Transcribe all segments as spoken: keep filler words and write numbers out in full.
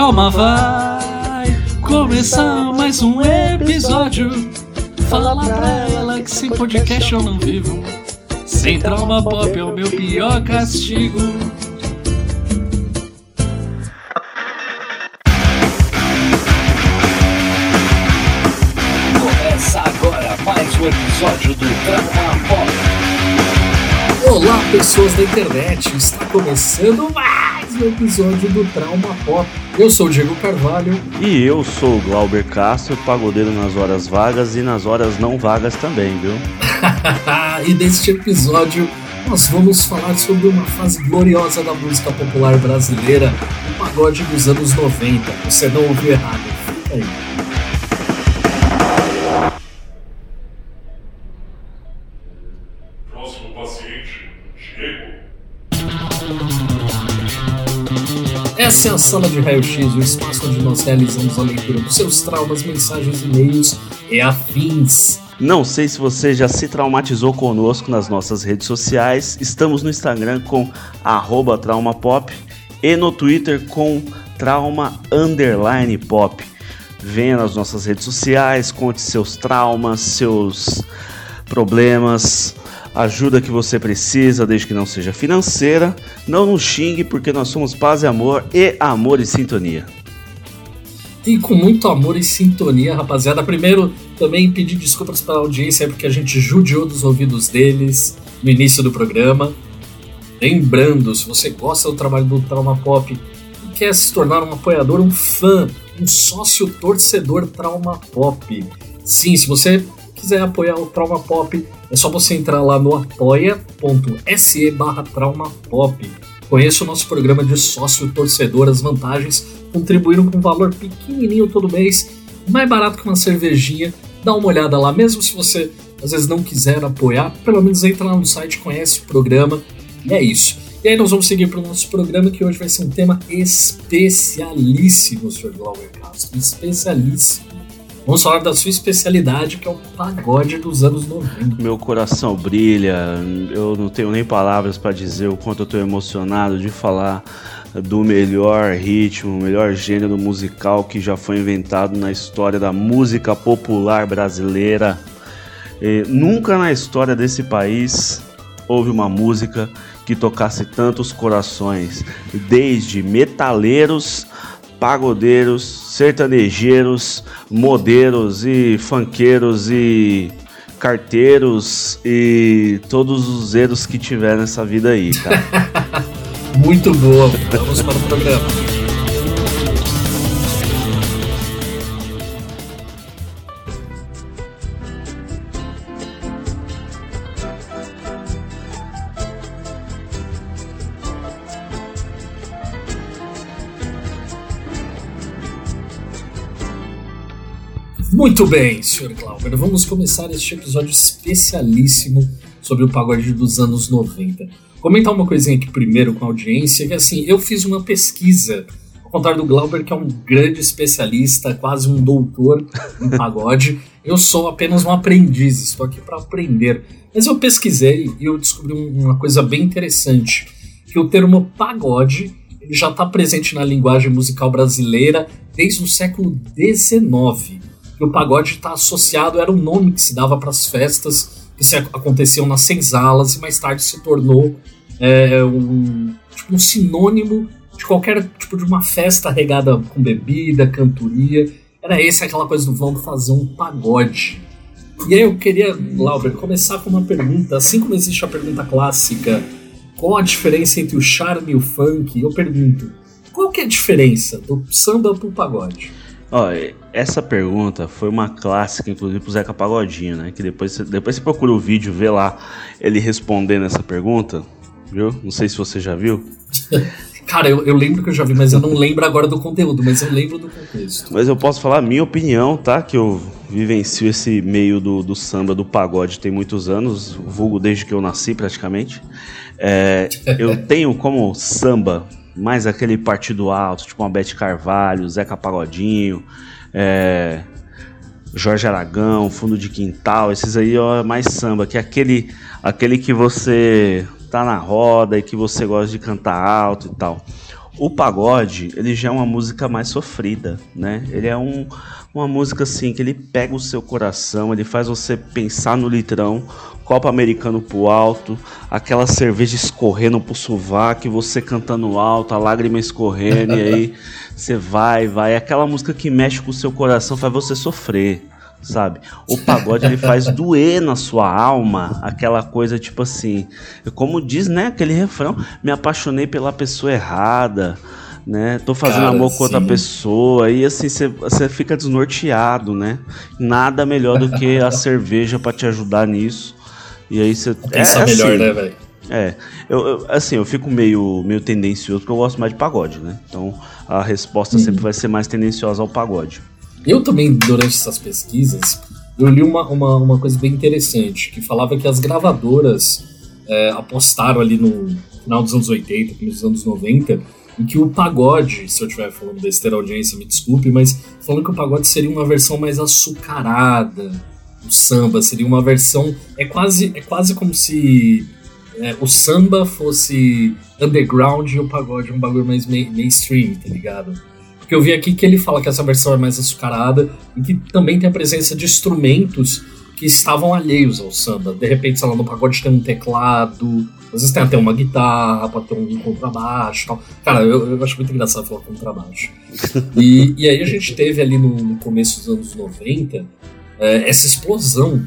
Trauma vai começar mais um episódio. Fala lá pra ela que sem podcast eu não vivo. Sem trauma pop é o meu pior castigo. Começa agora mais um episódio do Trauma Pop. Olá, pessoas da internet, está começando mais um episódio do Trauma Pop. Eu sou o Diego Carvalho. E eu sou o Glauber Castro, pagodeiro nas horas vagas e nas horas não vagas também, viu? E neste episódio nós vamos falar sobre uma fase gloriosa da música popular brasileira, o pagode dos anos noventa. Você não ouviu errado, fica aí. Essa é a Sala de Raio-X, o espaço onde nós realizamos a leitura dos seus traumas, mensagens, e-mails e afins. Não sei se você já se traumatizou conosco nas nossas redes sociais. Estamos no Instagram com arroba traumapop e no Twitter com trauma underline pop. Venha nas nossas redes sociais, conte seus traumas, seus problemas, ajuda que você precisa, desde que não seja financeira. Não nos xingue, porque nós somos paz e amor, e amor e sintonia. E com muito amor e sintonia, rapaziada. Primeiro, também pedir desculpas para a audiência, porque a gente judiou dos ouvidos deles no início do programa. Lembrando, se você gosta do trabalho do Trauma Pop e quer se tornar um apoiador, um fã, um sócio torcedor Trauma Pop. Sim, se você quiser apoiar o Trauma Pop, é só você entrar lá no apoia.se barra traumapop. Conheça o nosso programa de sócio torcedor, as vantagens, contribuindo com um valor pequenininho todo mês, mais barato que uma cervejinha. Dá uma olhada lá, mesmo se você às vezes não quiser apoiar, pelo menos entra lá no site, conhece o programa, e é isso. E aí nós vamos seguir para o nosso programa, que hoje vai ser um tema especialíssimo, senhor Glauber Castro, especialíssimo. Vamos falar da sua especialidade, que é o pagode dos anos noventa. Meu coração brilha, eu não tenho nem palavras para dizer o quanto eu estou emocionado de falar do melhor ritmo, o melhor gênero musical que já foi inventado na história da música popular brasileira. E nunca na história desse país houve uma música que tocasse tantos corações, desde metaleiros, pagodeiros, sertanejeiros, modeiros e funkeiros e carteiros e todos os erros que tiver nessa vida aí, tá? Muito boa, vamos para o programa. Muito bem, senhor Glauber, vamos começar este episódio especialíssimo sobre o pagode dos anos noventa. Comentar uma coisinha aqui primeiro com a audiência, que assim, eu fiz uma pesquisa, ao contrário do Glauber, que é um grande especialista, quase um doutor em pagode. Eu sou apenas um aprendiz, estou aqui para aprender. Mas eu pesquisei e eu descobri uma coisa bem interessante, que o termo pagode ele já está presente na linguagem musical brasileira desde o século dezenove. O pagode está associado, era um nome que se dava para as festas que se aconteciam nas senzalas e mais tarde se tornou é, um, tipo, um sinônimo de qualquer tipo de uma festa regada com bebida, cantoria. Era esse aquela coisa do vamos fazer um pagode. E aí eu queria, Glauber, começar com uma pergunta, assim como existe a pergunta clássica, qual a diferença entre o charme e o funk? Eu pergunto, qual que é a diferença do samba pro pagode? Ó, essa pergunta foi uma clássica, inclusive, pro Zeca Pagodinho, né? Que depois, depois você procura o vídeo, vê lá ele respondendo essa pergunta, viu? Não sei se você já viu. Cara, eu, eu lembro que eu já vi, mas eu não lembro agora do conteúdo, mas eu lembro do contexto. Mas eu posso falar a minha opinião, tá? Que eu vivencio esse meio do, do samba, do pagode, tem muitos anos, vulgo desde que eu nasci, praticamente. É, eu tenho como samba mais aquele partido alto, tipo uma Bete Carvalho, Zeca Pagodinho, é, Jorge Aragão, Fundo de Quintal, esses aí ó, é mais samba, que é aquele, aquele que você tá na roda e que você gosta de cantar alto e tal. O pagode, ele já é uma música mais sofrida, né? Ele é um, uma música assim que ele pega o seu coração, ele faz você pensar no litrão, copo americano pro alto, aquela cerveja escorrendo pro sovaco, você cantando alto, a lágrima escorrendo, e aí você vai, vai. É aquela música que mexe com o seu coração, faz você sofrer, sabe? O pagode, ele faz doer na sua alma, aquela coisa tipo assim, como diz, né, aquele refrão, me apaixonei pela pessoa errada, né, tô fazendo Cara, amor com outra sim. pessoa, e assim, você fica desnorteado, né, nada melhor do que a cerveja pra te ajudar nisso, e aí você... Pensa é, melhor, assim, né, velho? É, eu, eu, assim, eu fico meio, meio tendencioso, porque eu gosto mais de pagode, né, então a resposta uhum. sempre vai ser mais tendenciosa ao pagode. Eu também, durante essas pesquisas, eu li uma, uma, uma coisa bem interessante, que falava que as gravadoras é, apostaram ali no final dos anos oitenta, começo dos anos noventa, em que o pagode, se eu estiver falando besteira, audiência, me desculpe, mas falando que o pagode seria uma versão mais açucarada, o samba seria uma versão... É quase, é quase como se é, o samba fosse underground e o pagode um bagulho mais main, mainstream, tá ligado? Porque eu vi aqui que ele fala que essa versão é mais açucarada e que também tem a presença de instrumentos que estavam alheios ao samba. De repente, sei lá, no pagode tem um teclado, às vezes tem até uma guitarra pra ter um contrabaixo e tal. Cara, eu, eu acho muito engraçado falar contrabaixo. E, e aí a gente teve ali no, no começo dos anos noventa é, essa explosão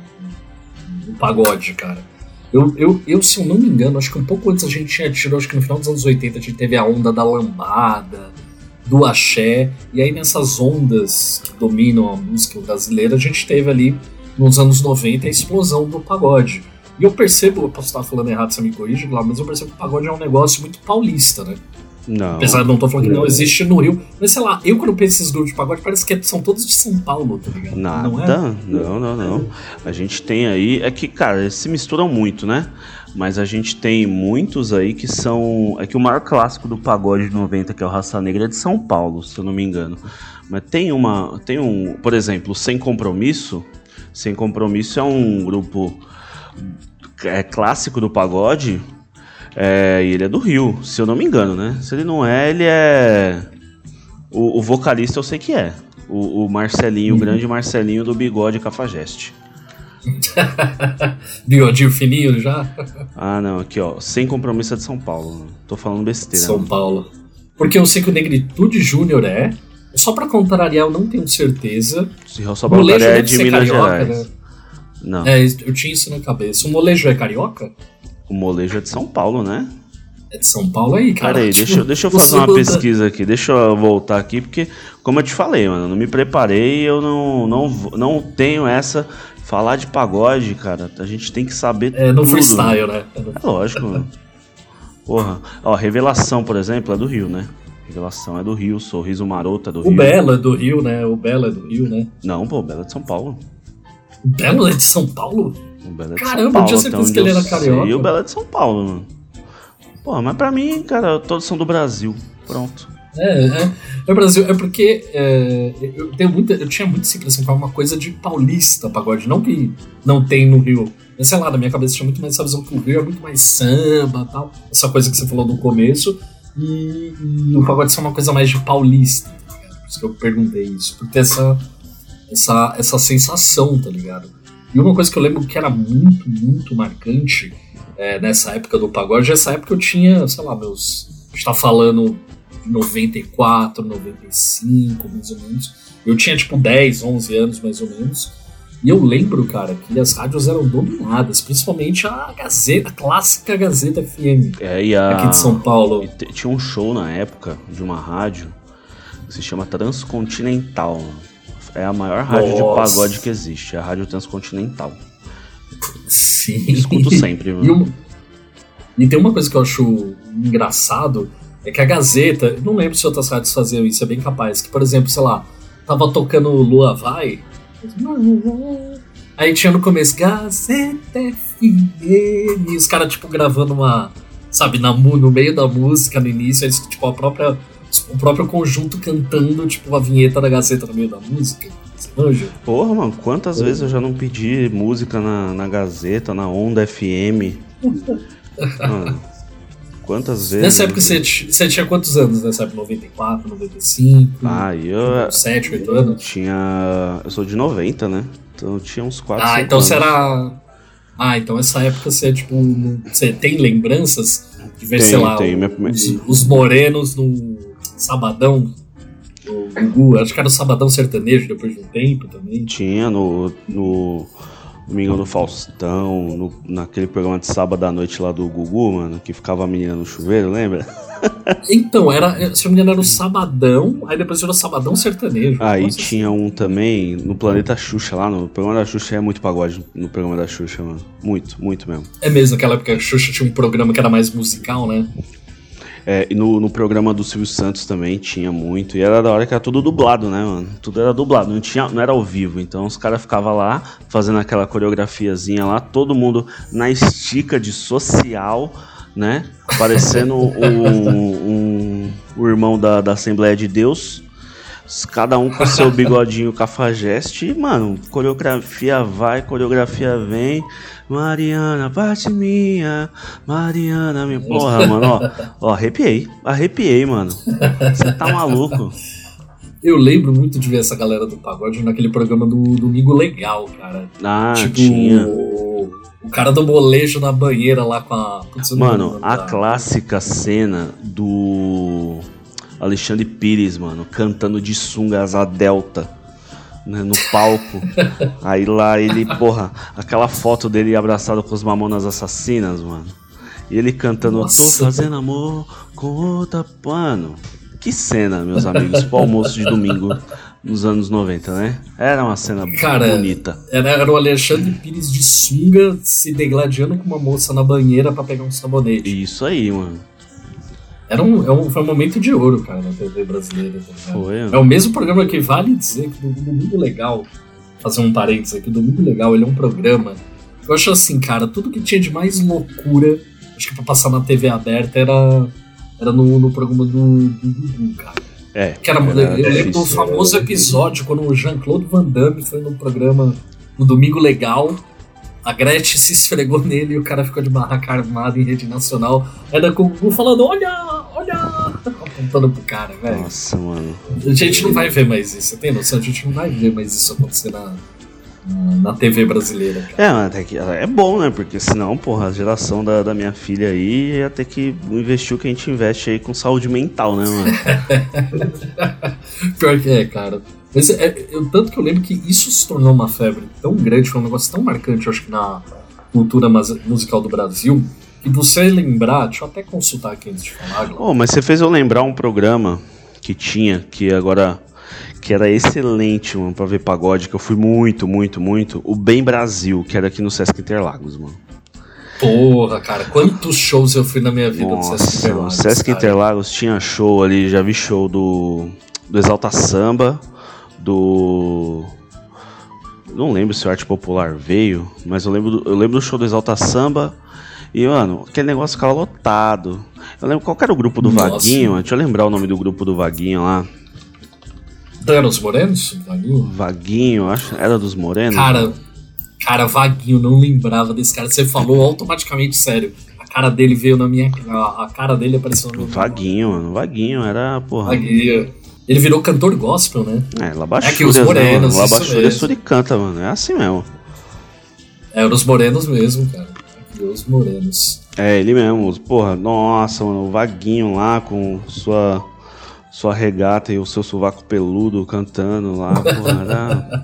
no pagode, cara. Eu, eu, eu, se eu não me engano, acho que um pouco antes a gente tinha tido, acho que no final dos anos oitenta a gente teve a onda da lambada, do axé, e aí nessas ondas que dominam a música brasileira, a gente teve ali nos anos noventa a explosão do pagode. E eu percebo, eu posso estar falando errado, você me corrige, mas eu percebo que o pagode é um negócio muito paulista, né? Não. Apesar de não estou falando que não existe no Rio, mas sei lá, eu quando penso esses grupos de pagode, parece que são todos de São Paulo, tá ligado? Nada, não, é? não, não, não. A gente tem aí, é que, cara, eles se misturam muito, né? Mas a gente tem muitos aí que são... É que o maior clássico do pagode de noventa, que é o Raça Negra, é de São Paulo, se eu não me engano. Mas tem uma... Tem um... Por exemplo, Sem Compromisso. Sem Compromisso é um grupo é, clássico do pagode. É, e ele é do Rio, se eu não me engano, né? Se ele não é, ele é... O, o vocalista eu sei que é. O, o Marcelinho, hum. o grande Marcelinho do Bigode Cafajeste. Bigodinho fininho já? Ah, não, aqui ó, Sem Compromisso é de São Paulo. Tô falando besteira. São né? Paulo. Porque eu sei que o Negritude Júnior é. Só pra contrariar, eu não tenho certeza. Se só pra contrariar é de Minas carioca, Gerais. Né? Não. É, eu tinha isso na cabeça. O molejo é carioca? O molejo é de São Paulo, né? É de São Paulo aí, cara. Peraí, tipo, deixa, deixa eu fazer uma pesquisa aqui. Deixa eu voltar aqui, porque, como eu te falei, mano, não me preparei, eu não, não, não tenho essa... Falar de pagode, cara, a gente tem que saber É no tudo, freestyle, né? É, no... é lógico, mano. Porra. Ó, Revelação, por exemplo, é do Rio, né? Revelação é do Rio, Sorriso Maroto é do o Rio. O Belo é do Rio, né? O Belo é do Rio, né? Não, pô, o Belo é de São Paulo. O Belo é de São Paulo? O Belo é de Caramba, São Paulo, eu tinha certeza que ele era carioca. E o Belo é de São Paulo, mano. Pô, mas pra mim, cara, todos são do Brasil. Pronto. É, é, é Brasil, é porque é, eu, tenho muita, eu tinha muito essa impressão que é uma coisa de paulista pagode, não que não tem no Rio, mas sei lá, na minha cabeça tinha muito mais essa visão que o Rio é muito mais samba e tal, essa coisa que você falou no começo, e, e o pagode é uma coisa mais de paulista, tá ligado? Por isso que eu perguntei isso, por ter essa, essa, essa sensação, tá ligado? E uma coisa que eu lembro que era muito, muito marcante é, nessa época do pagode, nessa época eu tinha, sei lá, meus... A gente tá falando... noventa e quatro, noventa e cinco, mais ou menos. Eu tinha tipo dez, onze anos, mais ou menos. E eu lembro, cara, que as rádios eram dominadas, principalmente a Gazeta, a clássica Gazeta F M, é, e a... aqui de São Paulo. T- tinha um show na época de uma rádio que se chama Transcontinental. É a maior rádio Nossa. de pagode que existe, é a Rádio Transcontinental. Sim. Escuto sempre, mano. E, uma... e tem uma coisa que eu acho engraçado. É que a Gazeta, eu não lembro se outras rádios faziam isso, é bem capaz. Que, por exemplo, sei lá, tava tocando Lua Vai. Aí tinha no começo Gazeta F M. E os caras, tipo, gravando uma. Sabe, na, no meio da música, no início, eles, tipo, a própria. O próprio conjunto cantando, tipo, a vinheta da Gazeta no meio da música. Você manja? Porra, mano, quantas Porra. vezes eu já não pedi música na, na Gazeta, na Onda F M? Mano. quantas vezes? Nessa época você, você tinha quantos anos? Nessa época, noventa e quatro, noventa e cinco? Ah, eu... sete, oito anos? Tinha... Eu sou de noventa, né? Então eu tinha uns quatro, Ah, cinco então anos. você era... Ah, então essa época você, tipo... Você tem lembranças de ver, Tem, sei lá, tem, o, minha... os, os morenos no Sabadão, no Gugu. Acho que era o Sabadão Sertanejo depois de um tempo também. Tinha no... no... Domingo do Faustão, no, naquele programa de sábado à noite lá do Gugu, mano, que ficava a menina no chuveiro, lembra? Então, era, se não me engano, era o Sabadão, aí depois era o Sabadão Sertanejo. Aí Nossa, tinha um também no Planeta Xuxa lá, no programa da Xuxa, é muito pagode no programa da Xuxa, mano. Muito, muito mesmo. É mesmo, naquela época a Xuxa tinha um programa que era mais musical, né? É, e no, no programa do Silvio Santos também tinha muito. E era da hora que era tudo dublado, né, mano? Tudo era dublado, não, tinha, não era ao vivo. Então os caras ficavam lá, fazendo aquela coreografiazinha lá, todo mundo na estica de social, né? Parecendo um, um, o irmão da, da Assembleia de Deus. Cada um com seu bigodinho cafajeste. E, mano, coreografia vai, coreografia vem. Mariana, parte minha. Mariana, minha. Porra, mano, ó. Ó, arrepiei. Arrepiei, mano. Você tá maluco. Eu lembro muito de ver essa galera do pagode naquele programa do Domingo Legal, cara. Ah, tipo, tinha. O, o cara do molejo na banheira lá com a... Putz, mano, a da... clássica cena do Alexandre Pires, mano, cantando de sunga asa delta, né, no palco. Aí lá ele, porra, aquela foto dele abraçado com os Mamonas Assassinas, mano. E ele cantando, Nossa. Tô fazendo amor com outra, mano. Que cena, meus amigos, pro almoço de domingo nos anos noventa, né? Era uma cena Cara, bonita. Era, era o Alexandre Pires de sunga se degladiando com uma moça na banheira pra pegar um sabonete. Isso aí, mano. Era um, é um, foi um momento de ouro, cara, na T V brasileira. Tá foi, é o mesmo programa que vale dizer que o Domingo Legal, fazer um parênteses aqui, o Domingo Legal, ele é um programa, eu acho assim, cara, tudo que tinha de mais loucura, acho que pra passar na T V aberta era, era no, no programa do Gugu, cara. É, que era, era eu lembro do famoso episódio quando o Jean-Claude Van Damme foi no programa no Domingo Legal, a Gretchen se esfregou nele e o cara ficou de barraca armada em rede nacional. Era com o Gugu falando, olha, olha, apontando pro cara, velho. Nossa, mano. A gente não vai ver mais isso, você tem noção? A gente não vai ver mais isso acontecer na, na, na T V brasileira, cara. É, mas até que é bom, né? Porque senão, porra, a geração da, da minha filha aí ia ter que investir o que a gente investe aí com saúde mental, né, mano? Pior que é, cara. Mas é, eu, tanto que eu lembro que isso se tornou uma febre tão grande, foi um negócio tão marcante, eu acho que na cultura musical do Brasil, que você lembrar, deixa eu até consultar aqui antes de falar. Oh, mas você fez eu lembrar um programa que tinha, que agora, que era excelente, mano, pra ver pagode, que eu fui muito, muito, muito, o Bem Brasil, que era aqui no Sesc Interlagos, mano. Porra, cara, quantos shows eu fui na minha vida Nossa, do Sesc Interlagos. O Sesc cara. Interlagos tinha show ali, já vi show do, do Exalta Samba, do... Não lembro se o Arte Popular veio, mas eu lembro do, eu lembro do show do Exalta Samba e, mano, aquele negócio ficava lotado. Eu lembro qual era o grupo do Nossa. Vaguinho, mano. Deixa eu lembrar o nome do grupo do Vaguinho lá. Era os Morenos? Vaguinho? Vaguinho, acho. Era dos Morenos? Cara, mano. cara, Vaguinho, não lembrava desse cara. Você falou automaticamente sério. A cara dele veio na minha... A, a cara dele apareceu na minha... Vaguinho, mano. Vaguinho, era, porra... Vaguinho. Ele virou cantor gospel, né? É, Labachúrias, é que os Morenos, né, Labachúrias Suricanta, mano. É assim mesmo. É, os Morenos mesmo, cara. É os Morenos. É, ele mesmo. Porra, nossa, mano. O Vaguinho lá com sua, sua regata e o seu sovaco peludo cantando lá. Porra, era...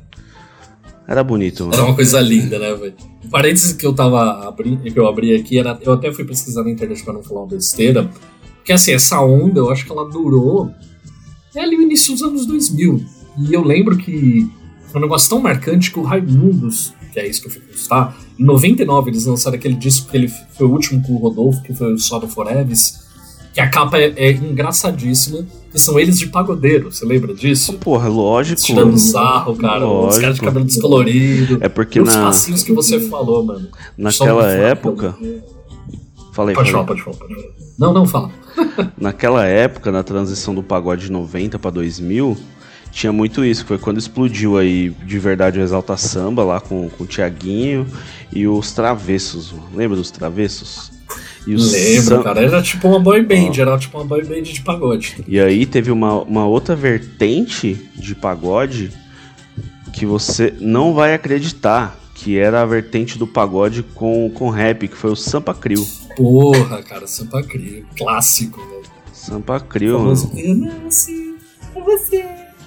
Era bonito, mano. Era uma coisa linda, né, velho? O parênteses que eu tava abrindo, que eu abri aqui, era, eu até fui pesquisar na internet pra não falar uma besteira. Porque assim, essa onda, eu acho que ela durou... É ali o início dos anos dois mil. E eu lembro que foi um negócio tão marcante que o Raimundos, que é isso que eu fui constar, em noventa e nove eles lançaram aquele disco que ele foi o último com o Rodolfo, que foi o Só do Foreves, que a capa é, é engraçadíssima, que são eles de pagodeiro, você lembra disso? Porra, lógico. Tirando sarro, cara, lógico. Os caras de cabelo descolorido. É porque os na... passinhos que você falou, mano. Naquela época... Falei, pode, falei. Falar, pode falar, pode falar. Não, não, fala. Naquela época, na transição do pagode de noventa para dois mil, tinha muito isso. Foi quando explodiu aí de verdade o Exalta Samba lá com, com o Thiaguinho e os Travessos. Lembra dos Travessos? E o Lembro, Sam... cara, era tipo uma boy band, oh. era tipo uma boy band de pagode. E aí teve uma, uma outra vertente de pagode que você não vai acreditar, que era a vertente do pagode com, com rap, que foi o Sampa Crio. Porra, cara, Sampa Crio, clássico, velho. Sampa Crio, mano. Eu nasci pra você,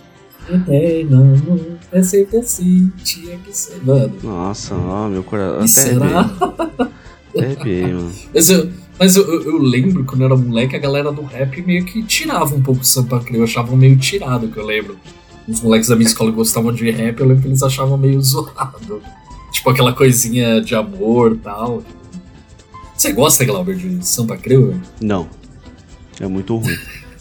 eterno, é sempre assim, tinha que ser, mano. Nossa, ó, meu coração, até será? Até arrepiei, mano. Mas, eu, mas eu, eu lembro, quando eu era moleque, a galera do rap meio que tirava um pouco o Sampa Crio, eu achava meio tirado, que eu lembro. Os moleques da minha escola que gostavam de rap, eu lembro que eles achavam meio zoado. Tipo aquela coisinha de amor e tal. Você gosta, Glauber, de Sampa Crio? Não. É muito ruim.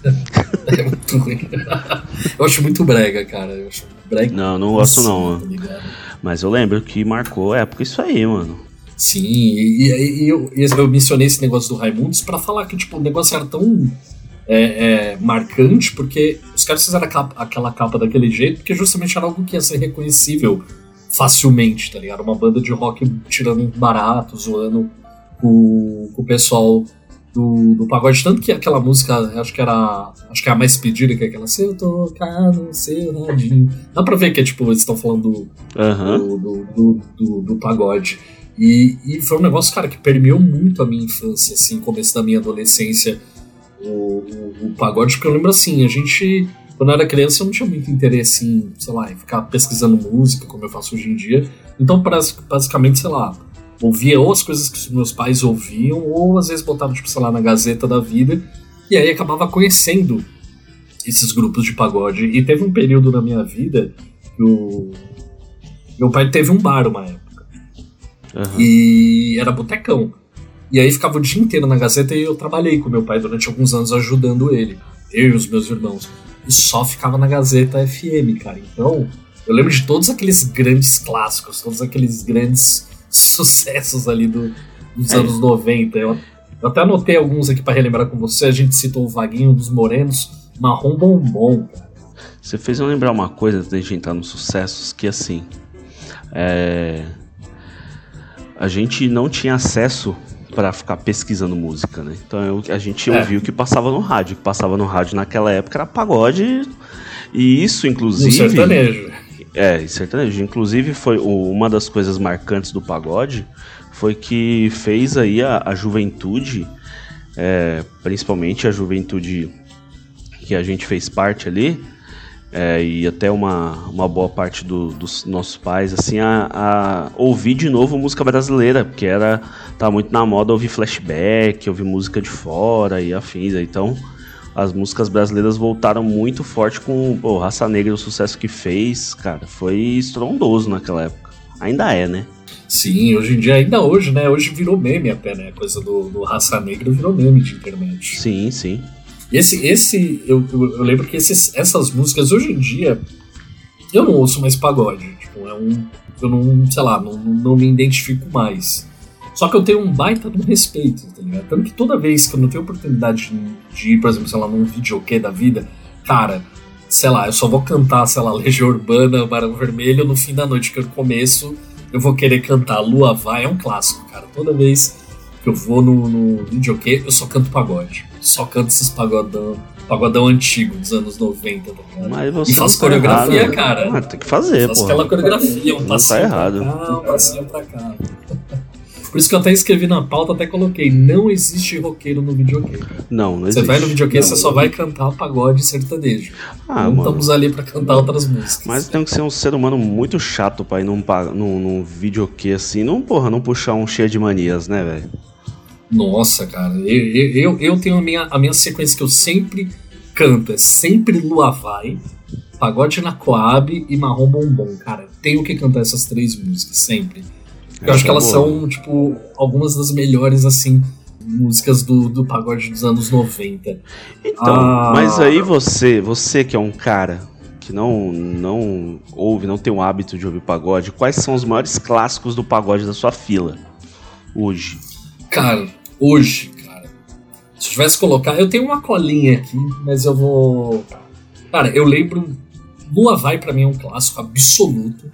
É muito ruim. Eu acho muito brega, cara. Eu acho brega. Não, não gosto assim, não, mano. Tá, mas eu lembro que marcou época isso aí, mano. Sim, e, e, e eu, eu mencionei esse negócio do Raimundos pra falar que tipo, o negócio era tão é, é, marcante, porque os caras fizeram a capa, aquela capa daquele jeito, porque justamente era algo que ia ser reconhecível facilmente, tá ligado? Uma banda de rock tirando um barato, zoando com, com o pessoal do, do pagode. Tanto que aquela música, acho que era acho que é a mais pedida, que é aquela Se eu tocar no seu radinho. Dá pra ver que é tipo, eles estão falando do, uhum. do, do, do, do, do pagode. E, e foi um negócio, cara, que permeou muito a minha infância, assim, começo da minha adolescência, o, o, o pagode, porque eu lembro assim, a gente... Quando eu era criança, eu não tinha muito interesse em, sei lá, em ficar pesquisando música, como eu faço hoje em dia. Então, basicamente, sei lá, ouvia ou as coisas que os meus pais ouviam, ou às vezes botava, tipo, sei lá, na Gazeta da Vida, e aí acabava conhecendo esses grupos de pagode. E teve um período na minha vida que o meu pai teve um bar uma época. Uhum. E era botecão. E aí ficava o dia inteiro na Gazeta e eu trabalhei com meu pai durante alguns anos ajudando ele, eu e os meus irmãos. E só ficava na Gazeta F M, cara. Então, eu lembro de todos aqueles grandes clássicos, todos aqueles grandes sucessos ali do, dos é. anos noventa. Eu, eu até anotei alguns aqui pra relembrar com você. A gente citou o Vaguinho dos Morenos, Marrom Bombom, cara. Você fez eu lembrar uma coisa antes de a gente entrar nos sucessos, que assim, é... a gente não tinha acesso pra ficar pesquisando música, né? Então eu, a gente é. ouvia o que passava no rádio. O que passava no rádio naquela época era pagode. E isso, inclusive... Um sertanejo. É, sertanejo. Inclusive, foi uma das coisas marcantes do pagode foi que fez aí a, a juventude, é, principalmente a juventude que a gente fez parte ali, é, e até uma, uma boa parte do, dos nossos pais, assim, a, a ouvir de novo música brasileira, porque era, tá muito na moda ouvir flashback, ouvir música de fora e afins. Então, as músicas brasileiras voltaram muito forte com pô, Raça Negra, o sucesso que fez, cara, foi estrondoso naquela época. Ainda é, né? Sim, hoje em dia, ainda hoje, né? Hoje virou meme até, né? A coisa do, do Raça Negra virou meme de internet. Sim, sim. Esse, esse eu, eu, eu lembro que esses, essas músicas, hoje em dia, eu não ouço mais pagode. Tipo, é um... Eu não, sei lá, não, não me identifico mais. Só que eu tenho um baita de um respeito, tá ligado? Tanto que toda vez que eu não tenho oportunidade de, de ir, por exemplo, sei lá, num videokê da vida, cara, sei lá, eu só vou cantar, sei lá, Legião Urbana, Barão Vermelho, no fim da noite, que eu começo, eu vou querer cantar Lua Vai, é um clássico, cara. Toda vez que eu vou no, no videokê, eu só canto pagode. Só canto esses pagodão, pagodão antigo, dos anos noventa, tá ligado? Mas você e faço tá coreografia, errado, cara. Ah, tem que fazer, pô. Faço aquela coreografia, um não passinho tá errado. pra cá, um passinho pra cá. Por isso que eu até escrevi na pauta, até coloquei, não existe roqueiro no videokê. Não, não existe. Você vai no videokê, você só vai cantar pagode e sertanejo. Ah, não mano. Estamos ali pra cantar outras músicas. Mas tem que ser um ser humano muito chato pra ir num, num, num videokê assim, não, porra, não puxar um cheio de manias, né, velho? Nossa, cara, eu, eu, eu tenho a minha, a minha sequência que eu sempre canto, é sempre Lua Vai, Pagode na Coab e Marrom Bombom, cara. Tenho que cantar essas três músicas, sempre. Eu acho que elas boa. são, tipo, algumas das melhores, assim, músicas do, do pagode dos anos noventa. Então, ah... mas aí você, você que é um cara que não, não ouve, não tem o hábito de ouvir pagode, quais são os maiores clássicos do pagode da sua fila hoje? Cara, hoje, cara, se eu tivesse que colocar, eu tenho uma colinha aqui, mas eu vou... Cara, eu lembro, Lua Vai pra mim é um clássico absoluto.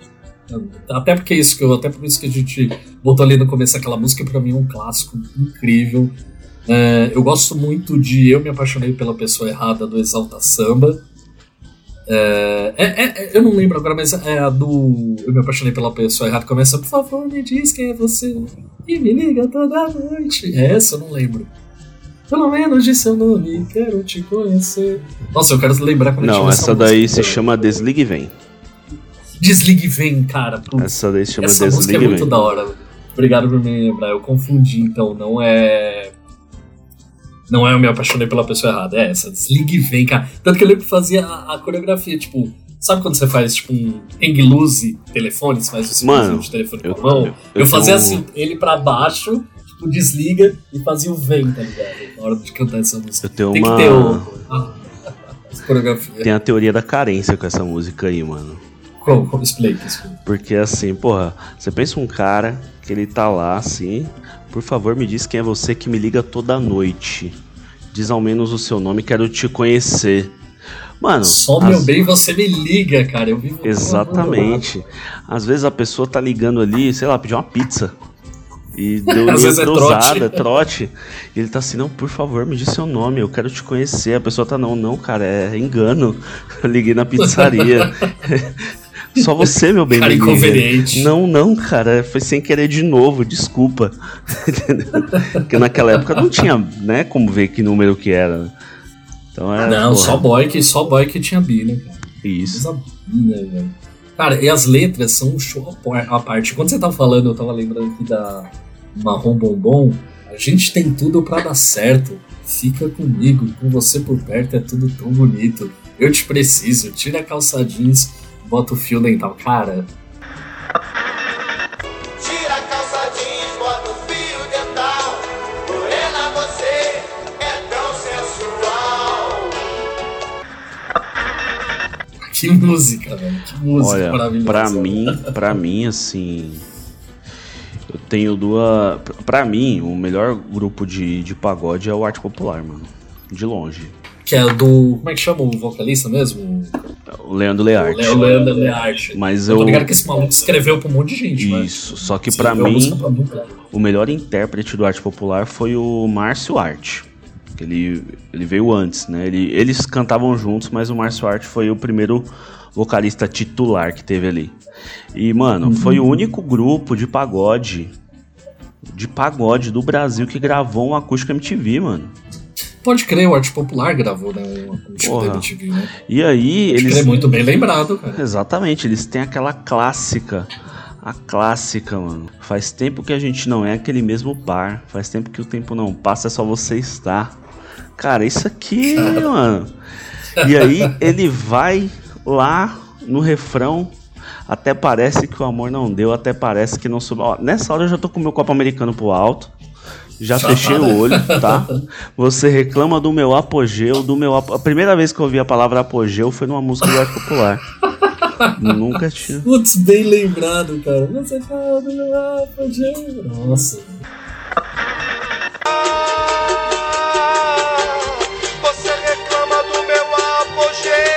Até porque isso que eu, até por isso que a gente botou ali no começo aquela música, pra mim é um clássico incrível. É, eu gosto muito de Eu Me Apaixonei Pela Pessoa Errada, do Exalta Samba. É, é, é, eu não lembro agora, mas é a do Eu Me Apaixonei Pela Pessoa Errada. Começa, por favor, me diz quem é você e me liga toda noite. É essa, eu não lembro. Pelo menos de seu nome, quero te conhecer. Nossa, eu quero lembrar quando Não, essa, essa daí se chama Desligue e Vem. Desligue e Vem, cara. Putz, essa daí se chama essa Desligue e Vem. Essa música é muito da hora. Obrigado por me lembrar. Eu confundi, então. Não é... Não é Eu Me Apaixonei Pela Pessoa Errada. É essa. Desligue e Vem, cara. Tanto que eu lembro que fazia a, a coreografia, tipo... Sabe quando você faz, tipo, um hang loose telefone? Você faz o Mano, de telefone eu, com a mão? Eu, eu, eu fazia tenho... assim, ele pra baixo... O desliga e fazia o vem, tá ligado? Na hora de cantar essa música. Eu tenho Tem uma... que ter o... a... a coreografia. Tem a teoria da carência com essa música aí, mano. Como? Como? Explica, explica. Porque assim, porra, você pensa um cara que ele tá lá assim, por favor me diz quem é você que me liga toda noite. Diz ao menos o seu nome, quero te conhecer. Mano, só meu as... bem você me liga, cara. Eu vivo Exatamente. Às vezes a pessoa tá ligando ali, sei lá, pedir uma pizza. E deu Às vezes cruzada, é trote. trote. E ele tá assim, não, por favor, me diz seu nome, eu quero te conhecer. A pessoa tá, não, não, cara, é engano. Eu liguei na pizzaria. Só você, meu bem. Cara inconveniente. Não, não, cara, foi sem querer de novo, desculpa. Porque naquela época não tinha, né, como ver que número que era. Então era, não, porra. só boy que só boy que tinha bi, né, cara? Isso. Bi, né, velho? Cara, e as letras são um show à parte. Quando você tava falando, eu tava lembrando aqui da Marrom Bombom. A gente tem tudo pra dar certo. Fica comigo, com você por perto é tudo tão bonito. Eu te preciso, tira a calça jeans, bota o fio dental. Cara... Tira a calça jeans, bota o fio dental. Morena, você é tão sensual. Que música, velho. Que música Olha, maravilhosa. Pra mim, pra mim, assim... Eu tenho duas... Pra mim, o melhor grupo de, de pagode é o Arte Popular, mano. De longe. Que é do... Como é que chama o vocalista mesmo? O Leandro Learte. O Leandro Learte. Mas eu... eu tô ligado que esse maluco escreveu pra um monte de gente, Isso, mas... só que pra mim, pra o melhor intérprete do Arte Popular foi o Márcio Arte. Ele, ele veio antes, né? Ele, eles cantavam juntos, mas o Márcio Arte foi o primeiro vocalista titular que teve ali. E, mano, uhum. foi o único grupo de pagode, de pagode do Brasil que gravou um acústico M T V, mano. Pode crer, o Arte Popular gravou, né, um acústico da M T V, né? E aí, Pode eles... crer, muito bem lembrado, cara. Exatamente, eles têm aquela clássica, a clássica, mano. Faz tempo que a gente não é aquele mesmo par, faz tempo que o tempo não passa, é só você estar. Cara, isso aqui, mano. E aí, ele vai lá no refrão... Até parece que o amor não deu, até parece que não subiu. Ó, nessa hora eu já tô com o meu copo americano pro alto. Já fechei o olho, tá? Você reclama do meu apogeu, do meu ap... A primeira vez que eu ouvi a palavra apogeu foi numa música do Arte Popular. Nunca tinha. Putz, bem lembrado, cara. Você fala do meu apogeu. Nossa. Você reclama do meu apogeu.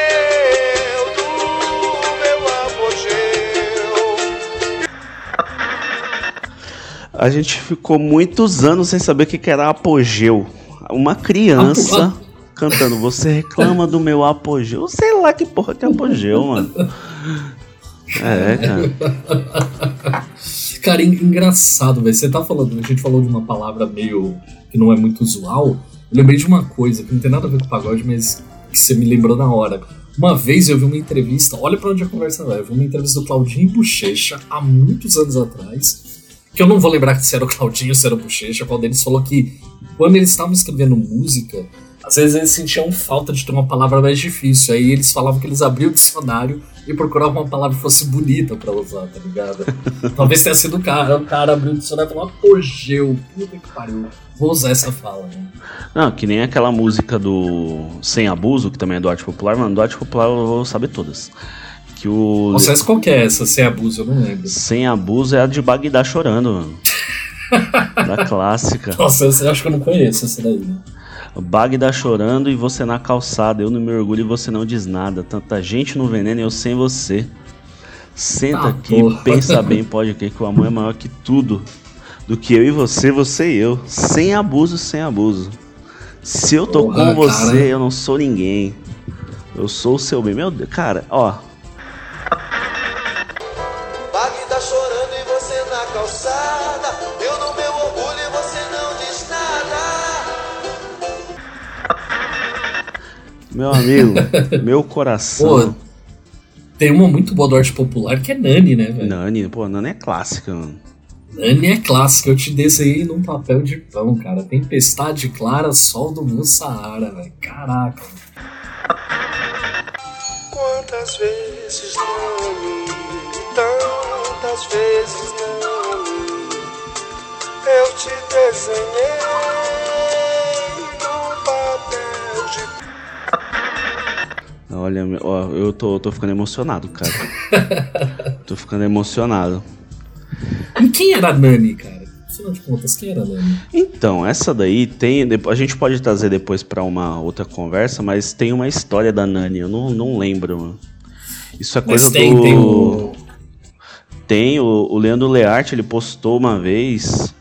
A gente ficou muitos anos sem saber o que era apogeu. Uma criança cantando, você reclama do meu apogeu. Sei lá que porra que é apogeu, mano. É, cara. Cara, engraçado, velho. Você tá falando, a gente falou de uma palavra meio que não é muito usual. Eu lembrei de uma coisa que não tem nada a ver com pagode, mas que você me lembrou na hora. Uma vez eu vi uma entrevista, olha pra onde a conversa vai. Eu vi uma entrevista do Claudinho Bochecha há muitos anos atrás. Que eu não vou lembrar se era o Claudinho ou se era o Bochecha, qual deles falou que quando eles estavam escrevendo música, às vezes eles sentiam falta de ter uma palavra mais difícil. Aí eles falavam que eles abriam o dicionário e procuravam uma palavra que fosse bonita pra usar, tá ligado? Talvez tenha sido o cara, o cara abriu o dicionário e falou apogeu, puta que pariu, vou usar essa fala, né? Não, que nem aquela música do Sem Abuso, que também é do Arte Popular, mano, do Arte Popular eu vou saber todas. Que o... Nossa, essa qual que é essa? Sem Abuso, eu não lembro. Sem Abuso é a de Bagdá Chorando, mano. Da clássica. Nossa, eu acho que eu não conheço essa daí, né? Bagdá chorando e você na calçada. Eu no meu orgulho e você não diz nada. Tanta gente no veneno e eu sem você. Senta ah, aqui, porra. pensa bem, pode crer que o amor é maior que tudo. do que eu e você, você e eu. Sem abuso, sem abuso. Se eu tô Porra, com você, cara. eu não sou ninguém. Eu sou o seu bem. Meu Deus, cara, ó. Bag tá chorando e você na calçada. Eu no meu orgulho e você não diz nada. Meu amigo, meu coração. Pô, tem uma muito boa do arte popular que é Nani, né, velho? Nani, pô, Nani é clássica, mano. Nani é clássica, eu te desenhei num papel de pão, cara. Tempestade clara, sol do meu Saara, velho. Caraca. Quantas vezes não, tantas vezes não, eu te desenhei num papel de... Olha, ó, eu tô, tô ficando emocionado, cara. Tô ficando emocionado. E quem era a Nani, cara? Afinal de contas, quem era a Nani? Então, essa daí tem. A gente pode trazer depois pra uma outra conversa, mas tem uma história da Nani, eu não, não lembro, mano. Isso é coisa Mas tem, do. tem o... Tem, o, o Leandro Learte, ele postou uma vez.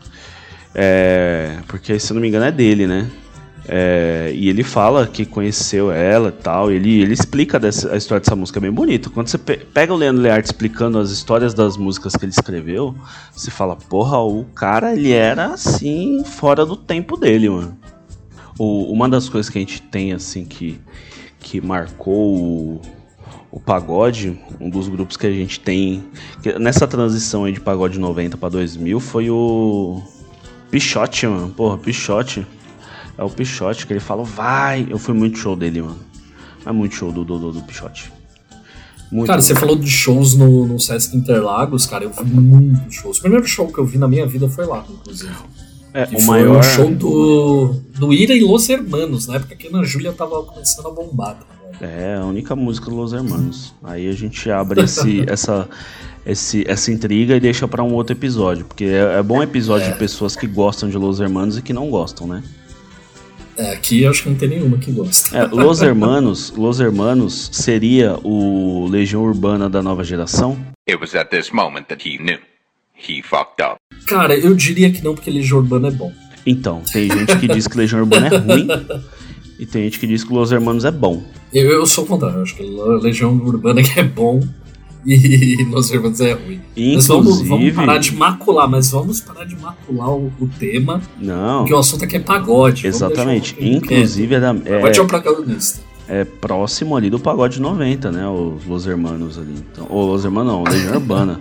É, porque, se eu não me engano, é dele, né? É, e ele fala que conheceu ela e tal. Ele, ele explica dessa, a história dessa música, é bem bonito. Quando você pe- pega o Leandro Learte explicando as histórias das músicas que ele escreveu, você fala, porra, o cara, ele era assim, fora do tempo dele, mano. O, uma das coisas que a gente tem, assim, que, que marcou o, o pagode, um dos grupos que a gente tem que, nessa transição aí de pagode noventa pra dois mil, foi o Pixote, mano. Porra, Pixote. É o Pixote, que ele fala, vai. Eu fui muito show dele, mano. É muito show do, do, do, do Pixote. Muito Cara, bom. você falou de shows no, no Sesc Interlagos, cara, eu fui muito shows. O primeiro show que eu vi na minha vida foi lá, inclusive. É, Que o foi maior. o show do, do Ira e Los Hermanos, na época que a Ana Júlia tava começando a bombar. Tá ligado? É, a única música dos Los Hermanos. Aí a gente abre esse, essa, esse, essa intriga e deixa pra um outro episódio. Porque é, é bom episódio É. de pessoas que gostam de Los Hermanos e que não gostam, né? É, aqui eu acho que não tem nenhuma que gosta. É, Los Hermanos, Los Hermanos seria o Legião Urbana da nova geração? It was at this moment that he knew. He fucked up. Cara, eu diria que não, porque Legião Urbana é bom. Então, tem gente que diz que Legião Urbana é ruim e tem gente que diz que Los Hermanos é bom. Eu, eu sou o contrário, eu acho que Legião Urbana que é bom e Los Hermanos é ruim. Mas vamos, Inclusive... vamos parar de macular, mas vamos parar de macular o, o tema, Não, porque o assunto aqui é pagode. Vamos exatamente. deixar um pouquinho Inclusive é, da, quieto. Pagode é o é, protagonista. é próximo ali do pagode noventa, né? Os Los Hermanos ali. Então, ou Los Hermanos não, Legião Urbana.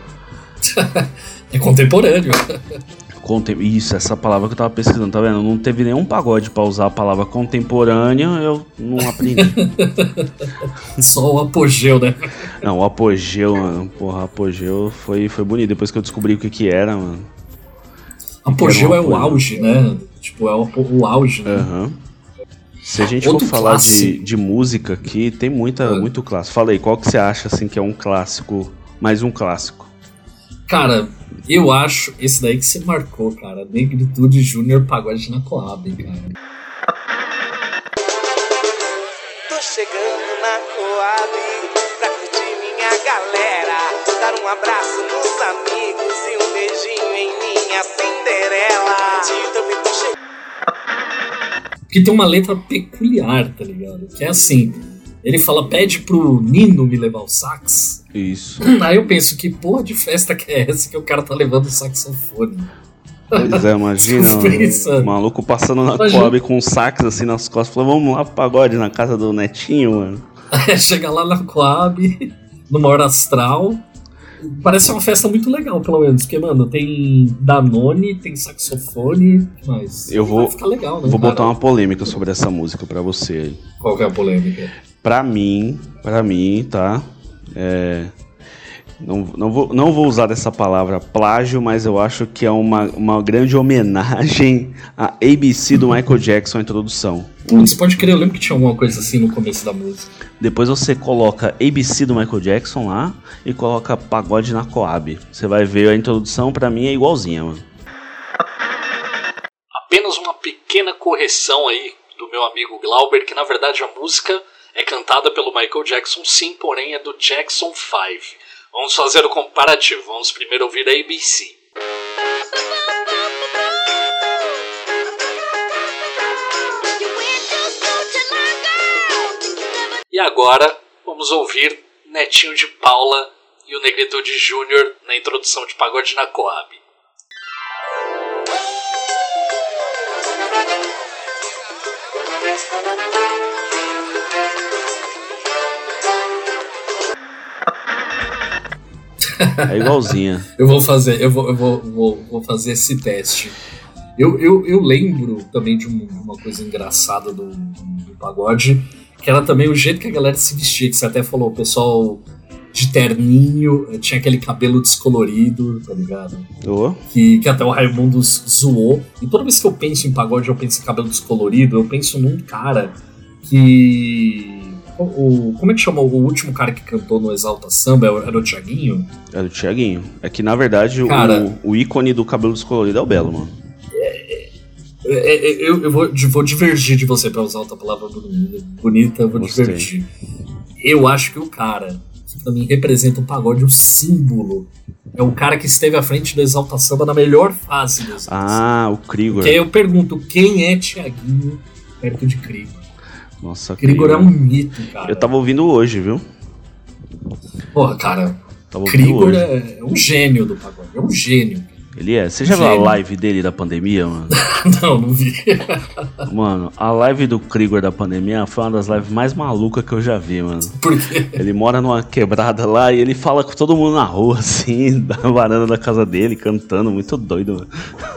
É contemporâneo. Contem... Isso, essa palavra que eu tava pesquisando, tá vendo? Não teve nenhum pagode pra usar a palavra contemporânea, eu não aprendi. Só o apogeu, né? Não, o apogeu, mano. Porra, apogeu foi, foi bonito. Depois que eu descobri o que que era, mano. Apogeu é o apogeu. auge, né? Tipo, é o, o auge, né? Aham. Se a gente Outro for falar de, clássico. de música aqui, tem muita, Ah. muito clássico. Fala aí, qual que você acha assim que é um clássico, mais um clássico? Cara, eu acho esse daí que você marcou, cara. Negritude Júnior Pagode na Coab, cara. Tô chegando na Coab pra curtir minha galera, dar um abraço nos amigos e um beijinho em minha Cinderela. Eu também tô chegando. Porque tem uma letra peculiar, tá ligado? Que é assim, ele fala, pede pro Nino me levar o sax. Isso. Aí eu penso, que porra de festa que é essa que o cara tá levando o saxofone? Pois é, imagina Tô pensando. o maluco passando na Imagina. Coab com um sax assim nas costas, falou, vamos lá pro pagode na casa do Netinho, mano. Chega lá na Coab, numa hora astral. Parece uma festa muito legal, pelo menos. Porque, mano, tem Danone, tem saxofone, o que mais? Eu vou- Vai ficar legal, né, Vou cara? botar uma polêmica sobre essa música pra você aí. Qual que é a polêmica? Pra mim, pra mim, tá? É, não, não, vou, não vou usar essa palavra plágio, mas eu acho que é uma, uma grande homenagem a A B C do Michael Jackson, a introdução. Você pode crer, eu lembro que tinha alguma coisa assim no começo da música. Depois você coloca A B C do Michael Jackson lá e coloca Pagode na Coab. Você vai ver a introdução, pra mim é igualzinha, mano. Apenas uma pequena correção aí do meu amigo Glauber, que na verdade a música é cantada pelo Michael Jackson, sim, porém é do Jackson cinco. Vamos fazer o comparativo, vamos primeiro ouvir a A B C. E agora vamos ouvir Netinho de Paula e o Negritude Júnior na introdução de Pagode na Coab. É igualzinha. eu vou fazer, eu vou, eu vou, vou, vou fazer esse teste. Eu, eu, eu lembro também de um, uma coisa engraçada do, do pagode, que era também o jeito que a galera se vestia, que você até falou, o pessoal de terninho, tinha aquele cabelo descolorido, tá ligado? Oh. Que, que até o Raimundo zoou. E toda vez que eu penso em pagode, eu penso em cabelo descolorido, eu penso num cara que... O, como é que chama o último cara que cantou no Exalta Samba? Era o Thiaguinho? Era o Thiaguinho. É que, na verdade, cara, o, o ícone do cabelo descolorido é o Belo, mano. É, é, é, eu eu vou, vou divergir de você pra usar outra palavra bonita, eu vou Gostei. divergir. Eu acho que o cara que pra mim representa o pagode, o símbolo, é o cara que esteve à frente do Exalta Samba na melhor fase do Exalta Ah, Samba. O Krigor. Porque aí eu pergunto, quem é Thiaguinho perto de Krigor? Nossa, Krigor é um mito, cara. Eu tava ouvindo hoje, viu? Porra, cara, Krigor é, é um gênio do pagode, é um gênio. Ele é. Você já viu a live dele da pandemia, mano? Não, não vi. Mano, a live do Krigor da pandemia foi uma das lives mais malucas que eu já vi, mano. Por quê? Ele mora numa quebrada lá e ele fala com todo mundo na rua, assim, da varanda da casa dele, cantando, muito doido, mano.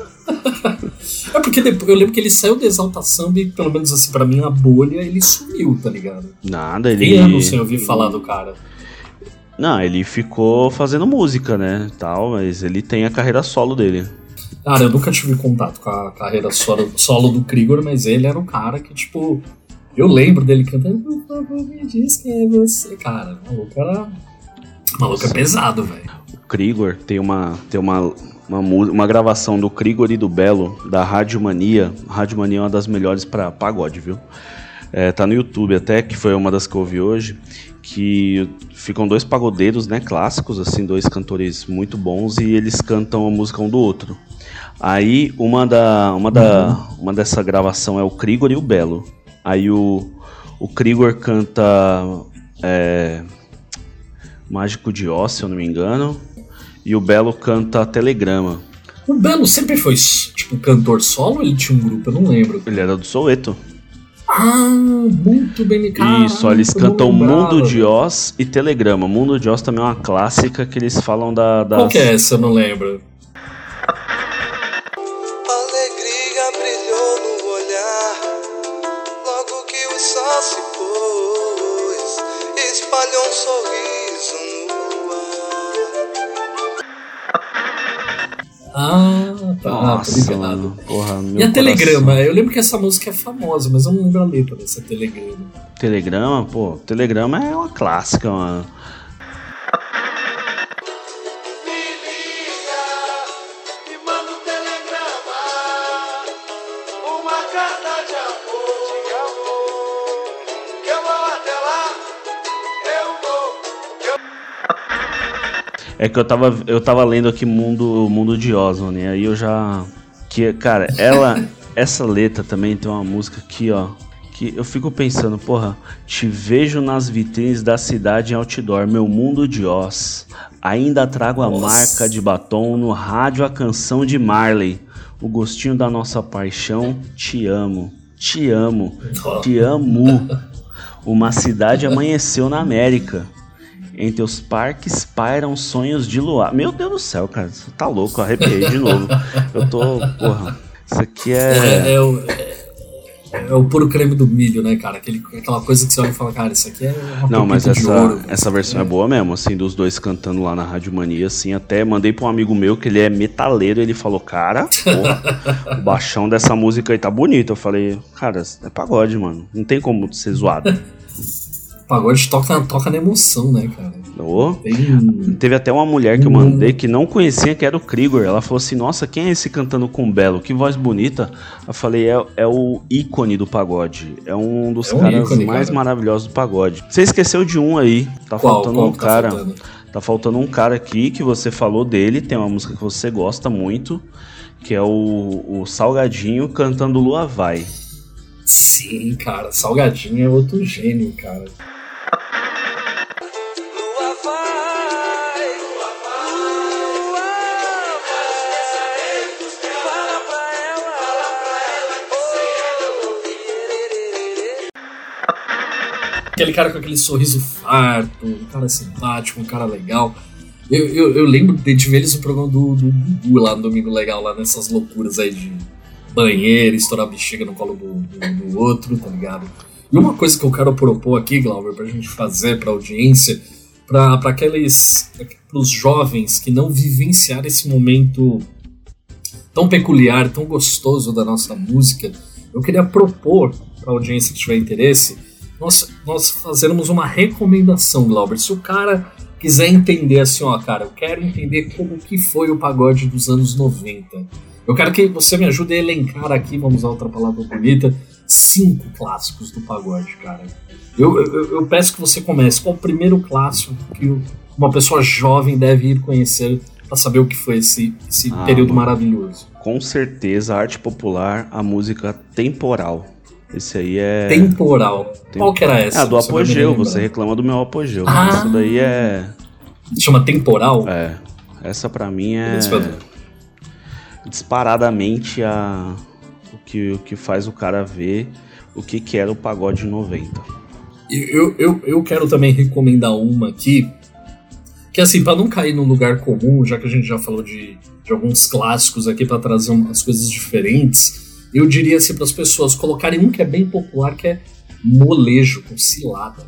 É porque depois, eu lembro que ele saiu do Exalta Samba e, pelo menos assim, pra mim, a bolha, ele sumiu, tá ligado? Nada, ele... Tem anos sem ouvir falar do cara. Não, ele ficou fazendo música, né, tal, mas ele tem a carreira solo dele. Cara, eu nunca tive contato com a carreira solo, solo do Krigor, mas ele era um cara que, tipo... Eu lembro dele cantando, por favor, me diz quem é você. Cara, o maluco era... O maluco é pesado, velho. O Krigor tem uma... Tem uma... Uma, uma gravação do Krigor e do Belo, da Rádio Mania. Rádio Mania é uma das melhores pra pagode, viu? É, tá no YouTube até, que foi uma das que eu ouvi hoje, que ficam dois pagodeiros, né, clássicos, assim, dois cantores muito bons, e eles cantam a música um do outro. Aí, uma, da, uma, da, uma dessa gravação é o Krigor e o Belo. Aí o, o Krigor canta é, Mágico de Oz, se eu não me engano, e o Belo canta Telegrama. O Belo sempre foi, tipo, cantor solo ou ele tinha um grupo? Eu não lembro. Ele era do Soweto. Ah, muito bem, cara. Isso, eles cantam Mundo de Oz e Telegrama. Mundo de Oz também é uma clássica que eles falam da... Das... Qual que é essa? Eu não lembro. Alegria brilhou no olhar, logo que o sol se pôs, espalhou um sorriso no ar. Ah, tá, Nossa, mano, porra, meu E a coração. Telegrama? Eu lembro que essa música é famosa, mas eu não lembro a letra dessa Telegrama. Telegrama, pô, Telegrama é uma clássica, mano. É que eu tava, eu tava lendo aqui Mundo, Mundo de Oz, mano, e aí eu já... Que, cara, ela... essa letra também tem uma música aqui, ó, que eu fico pensando, porra, te vejo nas vitrines da cidade em outdoor, meu Mundo de Oz. Ainda trago a Nossa. marca de batom, no rádio a canção de Marley. O gostinho da nossa paixão, te amo, te amo, te amo. Uma cidade amanheceu na América. Em teus parques pairam sonhos de luar. Meu Deus do céu, cara, você tá louco, eu arrepiei de novo. Eu tô, porra, isso aqui é... É, é, o, é, é o puro creme do milho, né, cara? Aquele, aquela coisa que você olha e fala, cara, isso aqui é uma Não, mas de essa, ouro. essa versão é. é boa mesmo, assim, dos dois cantando lá na Rádio Mania, assim, até mandei pra um amigo meu que ele é metaleiro, ele falou, cara, porra, o baixão dessa música aí tá bonito. Eu falei, cara, é pagode, mano, não tem como ser zoado. Pagode toca, toca na emoção, né, cara? Oh. Tem... Teve até uma mulher que eu mandei que não conhecia, que era o Krigor. Ela falou assim, nossa, quem é esse cantando com o Belo? Que voz bonita. Eu falei, é, é o ícone do pagode. É um dos é um caras ícone, mais cara. maravilhosos do pagode. Você esqueceu de um aí. Tá qual, faltando qual um tá cara. Faltando? Tá faltando um cara aqui que você falou dele. Tem uma música que você gosta muito, que é o, o Salgadinho cantando Lua Vai. Sim, cara. Salgadinho é outro gênio, cara. aquele cara com aquele sorriso farto, um cara simpático, um cara legal. Eu, eu, eu lembro de, de ver eles no programa do, do Gugu lá no Domingo Legal, lá nessas loucuras aí de banheiro, estourar a bexiga no colo do, do, do outro, tá ligado? E uma coisa que eu quero propor aqui, Glauber, pra gente fazer pra audiência, pra, pra aqueles, pros jovens que não vivenciaram esse momento tão peculiar, tão gostoso da nossa música, eu queria propor pra audiência que tiver interesse, nós, nós fazermos uma recomendação, Glauber. Se o cara quiser entender assim, ó, cara, eu quero entender como que foi o pagode dos anos noventa. Eu quero que você me ajude a elencar aqui, vamos usar outra palavra bonita, cinco clássicos do pagode, cara. Eu, eu, eu peço que você comece. Qual o primeiro clássico que uma pessoa jovem deve ir conhecer para saber o que foi esse, esse ah, período mano. maravilhoso? Com certeza, a arte popular, a música Temporal. Esse aí é... Temporal. Tem... Qual que era essa? Ah, do Apogeu. Você reclama do meu Apogeu. Ah, essa daí é... Chama Temporal? É. Essa pra mim é... disparadamente a... o, que, o que faz o cara ver o que, que era o pagode noventa. Eu, eu, eu quero também recomendar uma aqui, que assim, pra não cair num lugar comum, já que a gente já falou de, de alguns clássicos aqui pra trazer umas coisas diferentes, eu diria assim para as pessoas colocarem um que é bem popular, que é Molejo, com Cilada.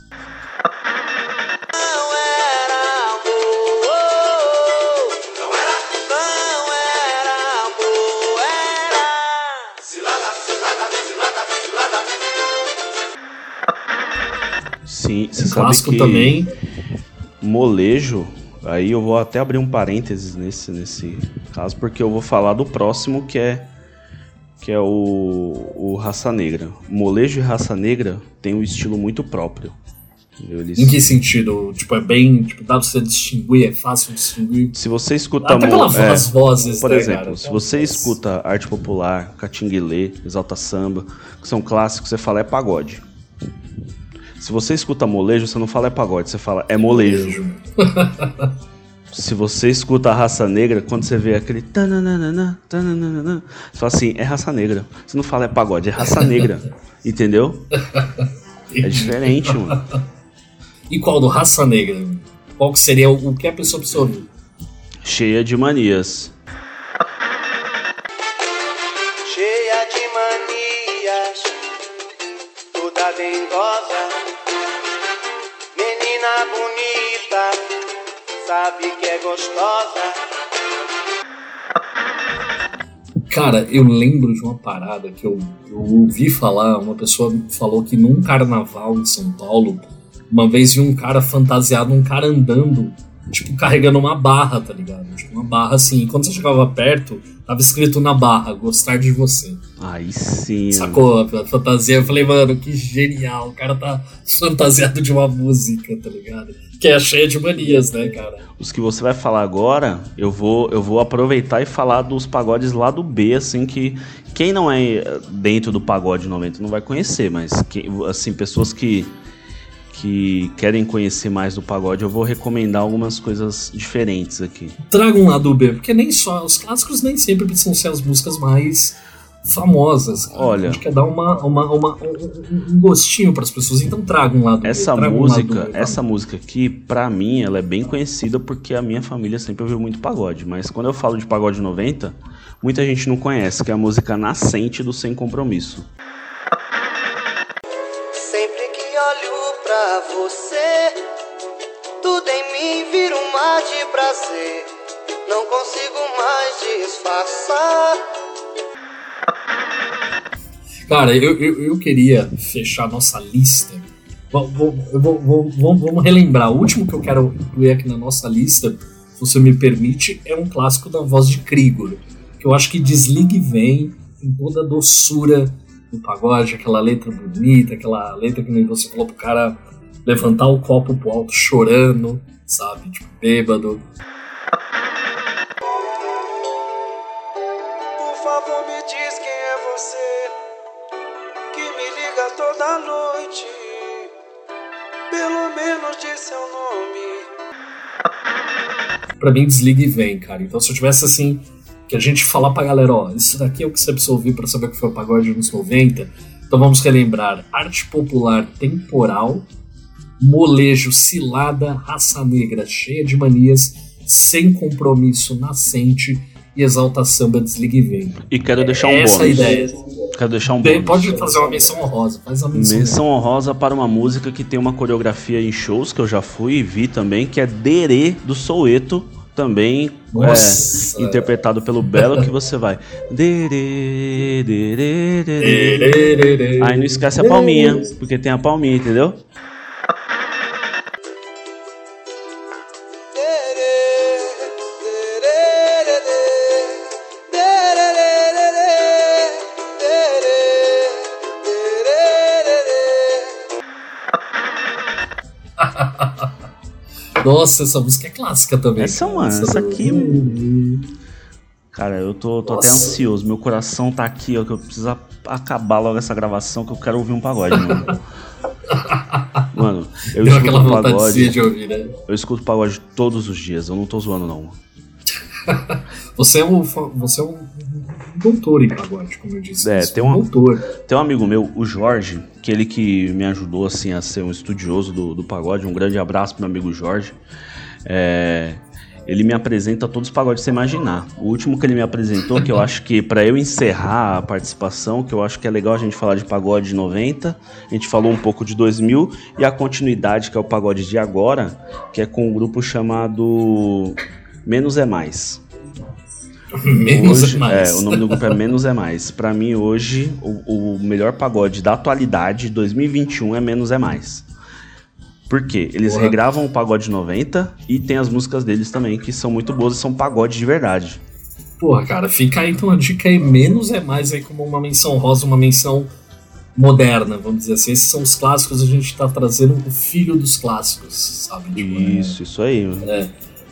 Sim, você um sabe clássico que também. Molejo, aí eu vou até abrir um parênteses nesse, nesse caso, porque eu vou falar do próximo, que é que é o, o Raça Negra. Molejo e Raça Negra tem um estilo muito próprio. Eles... Em que sentido? Tipo, é bem... Tipo, dá pra você distinguir? É fácil distinguir? Se você escuta... Até pelas é, vozes, por né, exemplo, cara? se você vozes. escuta arte popular, catinguelê, exalta samba, que são clássicos, você fala é pagode. Se você escuta molejo, você não fala é pagode, você fala é molejo. Se você escuta a Raça Negra, quando você vê aquele tananana, tananana, você fala assim, é Raça Negra. Você não fala é pagode, é Raça Negra. Entendeu? É diferente, mano. E qual do Raça Negra? Qual que seria o que a pessoa precisa ouvir? Cheia de manias. Cheia de manias, toda dengosa, menina bonita, sabe que é gostosa. Cara, eu lembro de uma parada que eu, eu ouvi falar, uma pessoa falou que num carnaval em São Paulo, uma vez viu um cara fantasiado, um cara andando, tipo, carregando uma barra, tá ligado? Tipo, uma barra assim, e quando você chegava perto, tava escrito na barra, gostar de você. Aí sim. Sacou a fantasia? Eu falei, mano, que genial, o cara tá fantasiado de uma música, tá ligado? Que é cheia de manias, né, cara? Os que você vai falar agora, eu vou, eu vou aproveitar e falar dos pagodes lá do B, assim, que quem não é dentro do pagode noventa não vai conhecer, mas, que, assim, pessoas que, que querem conhecer mais do pagode, eu vou recomendar algumas coisas diferentes aqui. Traga um lado B, porque nem só, os clássicos nem sempre precisam ser as músicas mais famosas, cara. Olha, a gente quer dar uma, uma, uma, um, um gostinho para as pessoas, então traga um lado essa B, música, um lado B, essa música aqui, pra mim, ela é bem conhecida porque a minha família sempre ouviu muito pagode, mas quando eu falo de pagode noventa, muita gente não conhece, que é a música Nascente do Sem Compromisso. Sempre que olho pra você, tudo em mim vira um mar de prazer, não consigo mais disfarçar. Cara, eu, eu, eu queria fechar a nossa lista. Vou, vou, vou, vou, vou, vamos relembrar. O último que eu quero incluir aqui na nossa lista, se você me permite, é um clássico da voz de Krigor, que eu acho que desliga e vem em toda a doçura do pagode, aquela letra bonita, aquela letra que nem você falou pro cara levantar o copo pro alto chorando, sabe? Tipo, bêbado. Por favor, me diz quem é você, que me liga toda noite, pelo menos diz seu nome. Pra mim, desliga e vem, cara. Então, se eu tivesse assim, que a gente falar pra galera, ó, isso daqui é o que você precisa ouvir pra saber o que foi o pagode nos noventa, Então vamos relembrar: arte popular temporal, molejo, cilada, raça negra cheia de manias, sem compromisso nascente e exalta samba, desliga e vem. E quero deixar um Essa bônus. ideia. Quero deixar um Bem, bônus. pode fazer uma menção honrosa. Faz uma menção, Menção honrosa para uma música que tem uma coreografia em shows que eu já fui e vi também, que é Derê do Soweto, também é, interpretado pelo Belo, que você vai Derê, derê, derê. Aí não esquece a palminha, porque tem a palminha, entendeu? Nossa, essa música é clássica também. Essa, mano, essa, essa aqui. Cara, eu tô, tô até ansioso. Meu coração tá aqui, ó. Que eu preciso acabar logo essa gravação, que eu quero ouvir um pagode, mano. Mano, eu Deu escuto pagode. De ouvir, né? Eu escuto pagode todos os dias, eu não tô zoando, não. Você é um, você é um doutor em pagode, como eu disse. É, você tem é um um, doutor. Tem um amigo meu, o Jorge, que ele que me ajudou assim a ser um estudioso do, do pagode. Um grande abraço pro meu amigo Jorge. É, ele me apresenta todos os pagodes que você imaginar. O último que ele me apresentou, que eu acho que pra eu encerrar a participação, que eu acho que é legal a gente falar de pagode de noventa, a gente falou um pouco de dois mil, e a continuidade, que é o pagode de agora, que é com um grupo chamado Menos é Mais. Menos hoje, é mais. É, o nome do grupo é Menos é Mais. Pra mim, hoje, o, o melhor pagode da atualidade, dois mil e vinte e um, é Menos é Mais. Por quê? Eles Porra. regravam o pagode noventa e tem as músicas deles também, que são muito boas e são pagode de verdade. Porra, cara, fica aí então a dica aí, Menos é Mais aí como uma menção rosa, uma menção moderna, vamos dizer assim. Esses são os clássicos, a gente tá trazendo o filho dos clássicos, sabe? Tipo, isso, é, isso aí. É.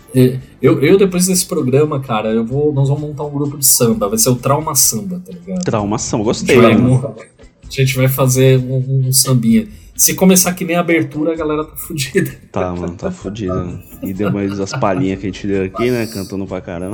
Eu, eu, depois desse programa, cara, eu vou, nós vamos montar um grupo de samba. Vai ser o Trauma Samba, tá ligado? Trauma Samba, gostei. A gente, né, vai, a gente vai fazer um, um sambinha. Se começar que nem a abertura, a galera tá fudida. Tá, mano, tá fudida. E depois as palhinhas que a gente deu aqui, né? Cantando pra caramba.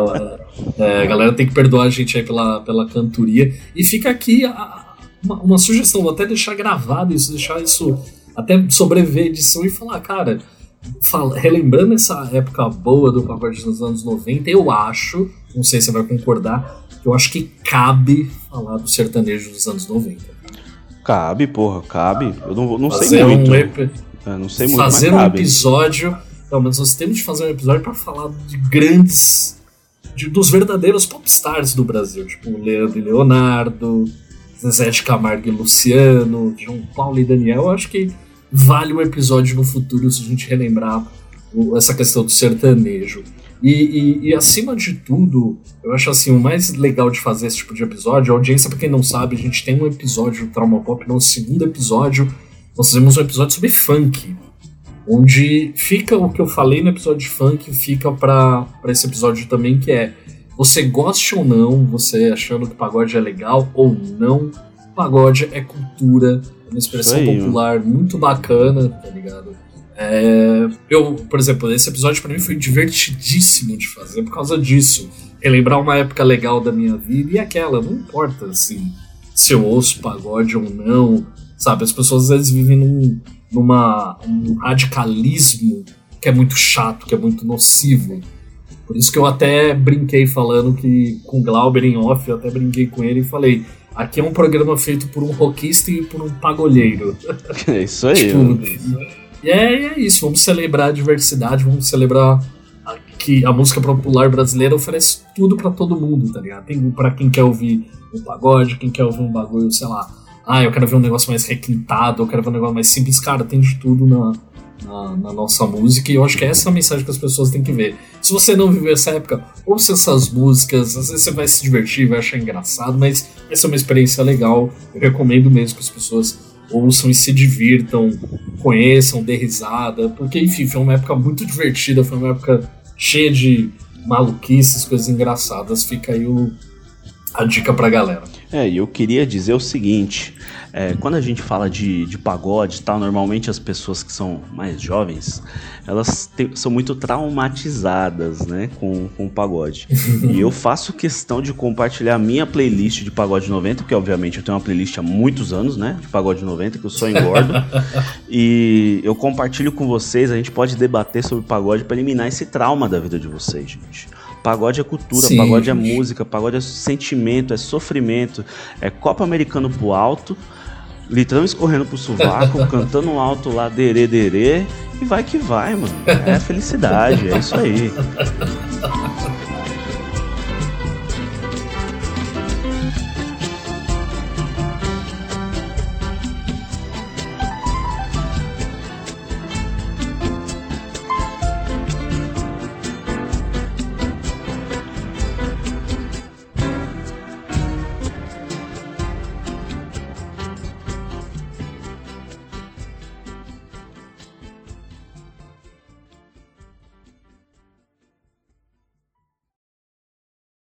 É, a galera tem que perdoar a gente aí pela, pela cantoria. E fica aqui a, uma, uma sugestão, vou até deixar gravado isso, deixar isso, até sobreviver a edição e falar, cara... Fala, relembrando essa época boa do pagode dos anos noventa, eu acho, não sei se você vai concordar, eu acho que cabe falar do sertanejo dos anos noventa. Cabe, porra, cabe. Eu não, não fazer sei muito. Um ep... é, não sei muito, fazer mas um cabe. episódio. Não, mas nós temos de fazer um episódio para falar de grandes. De, dos verdadeiros popstars do Brasil, tipo Leandro e Leonardo, Zezé de Camargo e Luciano, João Paulo e Daniel. Eu acho que vale um episódio no futuro se a gente relembrar o, essa questão do sertanejo. E, e, e acima de tudo, eu acho assim, o mais legal de fazer esse tipo de episódio, a audiência, pra quem não sabe, a gente tem um episódio do Trauma Pop, no segundo episódio, nós fizemos um episódio sobre funk, onde fica o que eu falei no episódio de funk, fica pra, pra esse episódio também, que é, você goste ou não, você achando que pagode é legal ou não, pagode é cultura, uma expressão aí, popular mano. Muito bacana, tá ligado? É, eu, por exemplo, esse episódio pra mim foi divertidíssimo de fazer por causa disso. Relembrar uma época legal da minha vida e aquela, não importa assim, se eu ouço pagode ou não, sabe? As pessoas às vezes vivem num numa, um radicalismo que é muito chato, que é muito nocivo. Por isso que eu até brinquei falando que com o Glauber em off, eu até brinquei com ele e falei... Aqui é um programa feito por um rockista e por um pagolheiro. É isso aí. Tipo, e é, é isso, vamos celebrar a diversidade, vamos celebrar a, que a música popular brasileira oferece tudo pra todo mundo, tá ligado? Tem pra quem quer ouvir um pagode, quem quer ouvir um bagulho, sei lá. Ah, eu quero ver um negócio mais requintado, eu quero ver um negócio mais simples. Cara, tem de tudo na, na, na nossa música, e eu acho que essa é a mensagem que as pessoas têm que ver. Se você não viveu essa época, ouça essas músicas, às vezes você vai se divertir, vai achar engraçado, mas essa é uma experiência legal, eu recomendo mesmo que as pessoas ouçam e se divirtam, conheçam, dê risada, porque enfim, foi uma época muito divertida, foi uma época cheia de maluquices, coisas engraçadas. Fica aí o, a dica pra galera. É, e eu queria dizer o seguinte, é, quando a gente fala de, de pagode e tal, normalmente as pessoas que são mais jovens, elas te, são muito traumatizadas, né, com, com o pagode. E eu faço questão de compartilhar a minha playlist de pagode noventa, porque obviamente eu tenho uma playlist há muitos anos, né, de pagode noventa, que eu só engordo. E eu compartilho com vocês, a gente pode debater sobre pagode para eliminar esse trauma da vida de vocês, gente. Pagode é cultura, Sim. pagode é música, pagode é sentimento, é sofrimento, é copo americano pro alto, litrão escorrendo pro sovaco, cantando alto lá, derê, derê, e vai que vai, mano. É felicidade, é isso aí.